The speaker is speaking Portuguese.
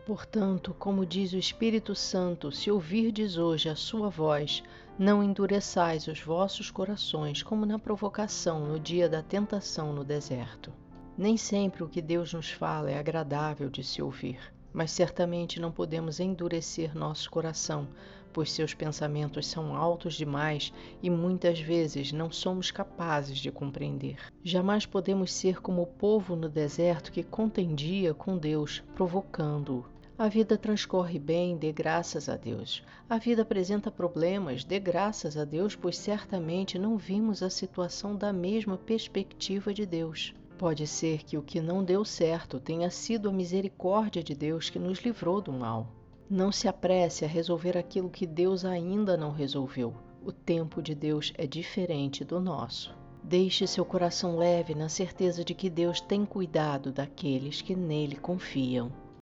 Portanto, como diz o Espírito Santo, se ouvirdes hoje a sua voz, não endureçais os vossos corações, como na provocação no dia da tentação no deserto. Nem sempre o que Deus nos fala é agradável de se ouvir, mas certamente não podemos endurecer nosso coração, pois seus pensamentos são altos demais e muitas vezes não somos capazes de compreender. Jamais podemos ser como o povo no deserto que contendia com Deus, provocando-o. A vida transcorre bem, dê graças a Deus. A vida apresenta problemas, dê graças a Deus, pois certamente não vimos a situação da mesma perspectiva de Deus. Pode ser que o que não deu certo tenha sido a misericórdia de Deus que nos livrou do mal. Não se apresse a resolver aquilo que Deus ainda não resolveu. O tempo de Deus é diferente do nosso. Deixe seu coração leve na certeza de que Deus tem cuidado daqueles que nele confiam.